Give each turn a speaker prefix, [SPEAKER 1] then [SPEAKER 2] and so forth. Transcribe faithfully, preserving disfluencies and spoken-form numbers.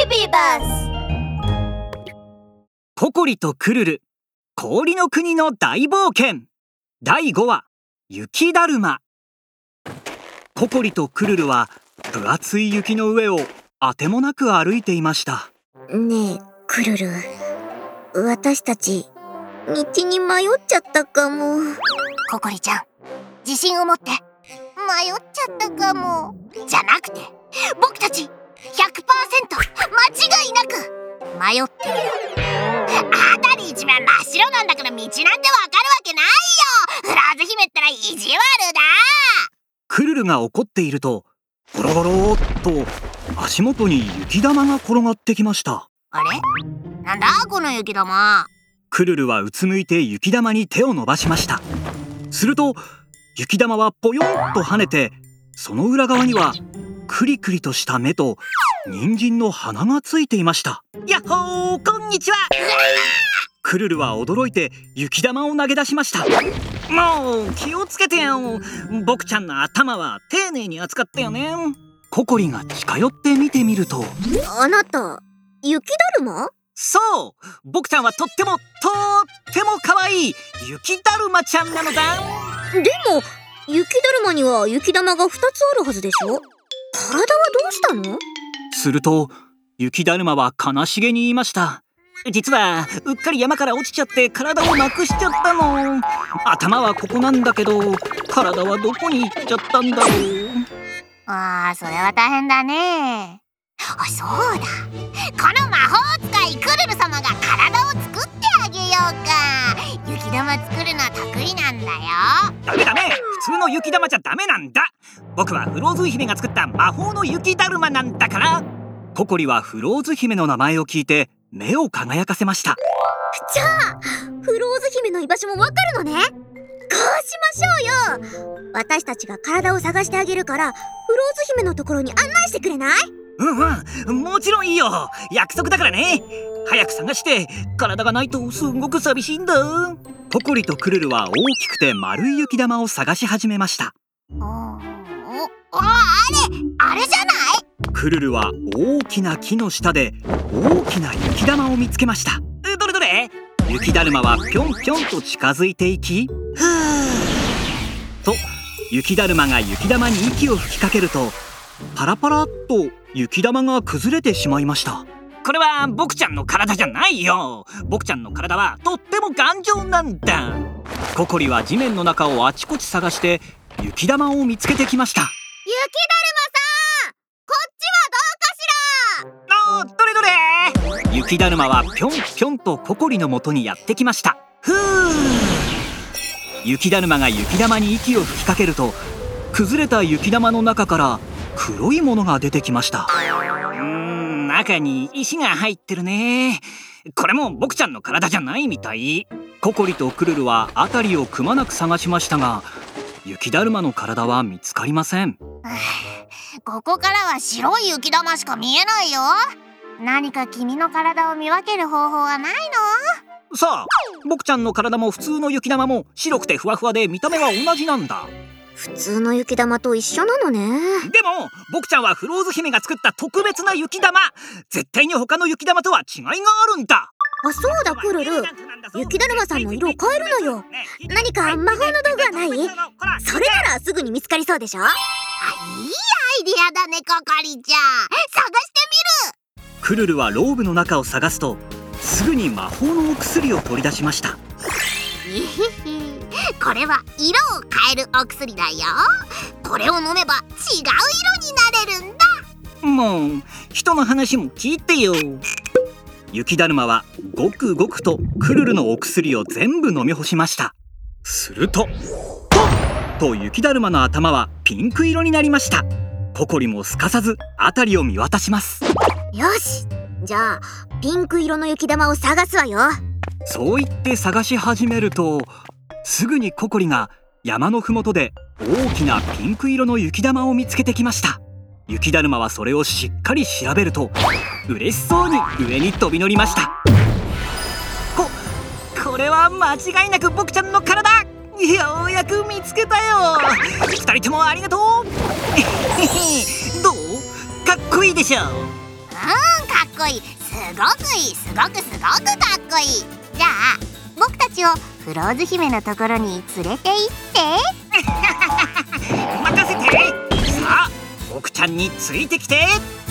[SPEAKER 1] ビバス。
[SPEAKER 2] ココリとクルル、氷の国の大冒険だいごわ、雪だるま。ココリとクルルは分厚い雪の上をあてもなく歩いていました。
[SPEAKER 3] ねえクルル、私たち道に迷っちゃったかも。
[SPEAKER 1] ココリちゃん、自信を持って。迷っちゃったかもじゃなくて、僕たち ひゃくパーセント 間違いなく迷ってるよ。辺り一面真っ白なんだから道なんてわかるわけないよ。フラーズ姫ったら意地悪だ。
[SPEAKER 2] クルルが怒っていると、ゴロゴローっと足元に雪玉が転がってきました。
[SPEAKER 1] あれ、なんだこの雪玉。
[SPEAKER 2] クルルはうつむいて雪玉に手を伸ばしました。すると雪玉はポヨンと跳ねて、その裏側にはクリクリとした目と人参の鼻がついていました。やっほー、こんにちは。クルルは驚いて雪玉を投げ出しました。もう気をつけてよ、僕ちゃんの頭は丁寧に扱ったよね。ココリが近寄って見てみると、
[SPEAKER 3] あなた雪だるま？
[SPEAKER 2] そう、僕ちゃんはとってもとっても可愛い雪だるまちゃんなのだ。
[SPEAKER 3] でも雪だるまには雪玉がふたつあるはずでしょ。体はどうしたの？
[SPEAKER 2] すると雪だるまは悲しげに言いました。実はうっかり山から落ちちゃって体をなくしちゃったの。頭はここなんだけど、体はどこに行っちゃったんだろう。
[SPEAKER 1] あー、それは大変だね。あ、そうだ、この魔法使いクルル様が体を作ってあげようか。雪玉作るの得意なんだよ。
[SPEAKER 2] ダメダメ、普通の雪玉じゃダメなんだ。僕はフローズ姫が作った魔法の雪だるまなんだから。ココリはフローズ姫の名前を聞いて目を輝かせました。
[SPEAKER 3] じゃあフローズ姫の居場所もわかるのね。こうしましょうよ。私たちが体を探してあげるから、フローズ姫のところに案内してくれない？
[SPEAKER 2] うんうん、もちろんいいよ。約束だからね。早く探して、体がないとすごく寂しいんだ。ココリとクルルは大きくて丸い雪玉を探し始めました。
[SPEAKER 1] おお、あれ、あれじゃない？
[SPEAKER 2] クルルは大きな木の下で大きな雪玉を見つけました。どれどれ？雪だるまはぴょんぴょんと近づいていき、ふーと雪だるまが雪玉に息を吹きかけると、パラパラっと雪玉が崩れてしまいました。これは僕ちゃんの体じゃないよ。僕ちゃんの体はとっても頑丈なんだ。ココリは地面の中をあちこち探して雪玉を見つけてきました。
[SPEAKER 3] 雪だるまさん、こっちはどうかしら。
[SPEAKER 2] あー、どれどれ。雪だるまはぴょんぴょんとココリの元にやってきました。ふー。雪だるまが雪玉に息を吹きかけると、崩れた雪玉の中から黒いものが出てきました。うーん、中に石が入ってるね。これも僕ちゃんの体じゃないみたい。ココリとクルルは辺りをくまなく探しましたが、雪だるまの体は見つかりません。
[SPEAKER 1] ここからは白い雪玉しか見えないよ。何か君の体を見分ける方法はないの？
[SPEAKER 2] さあ、僕ちゃんの体も普通の雪玉も白くてふわふわで見た目は同じなんだ。
[SPEAKER 3] 普通の雪玉と一緒なのね。
[SPEAKER 2] でも僕ちゃんはフローズ姫が作った特別な雪玉。絶対に他の雪玉とは違いがあるんだ。
[SPEAKER 3] あ、そうだクルル、雪だるまさんの色を変えるのよ。何か魔法の道具はない？それならすぐに見つかりそうでしょ。あ、いい
[SPEAKER 1] アイディアだねココリちゃん。探してみる。
[SPEAKER 2] クルルはローブの中を探すと、すぐに魔法のお薬を取り出しました。
[SPEAKER 1] これは色を変えるお薬だよ。これを飲めば違う色になれるんだ。
[SPEAKER 2] もう人の話も聞いてよ。雪だるまはごくごくとクルルのお薬を全部飲み干しました。すると、ポッと雪だるまの頭はピンク色になりました。ココリもすかさず辺りを見渡します。
[SPEAKER 3] よし、じゃあピンク色の雪玉を探すわよ。
[SPEAKER 2] そう言って探し始めると、すぐにココリが山のふもとで大きなピンク色の雪玉を見つけてきました。雪だるまはそれをしっかり調べると、嬉しそうに上に飛び乗りました。こ、これは間違いなく僕ちゃんの体。ようやく見つけたよ。二人ともありがとう。どう？かっこいいでしょ。
[SPEAKER 1] あかっこいい、すごくいい、すごくすごくかっこいい。じゃあ僕たちをフローズ姫のところに連れて行って
[SPEAKER 2] 任せて。さあ僕ちゃんについてきて。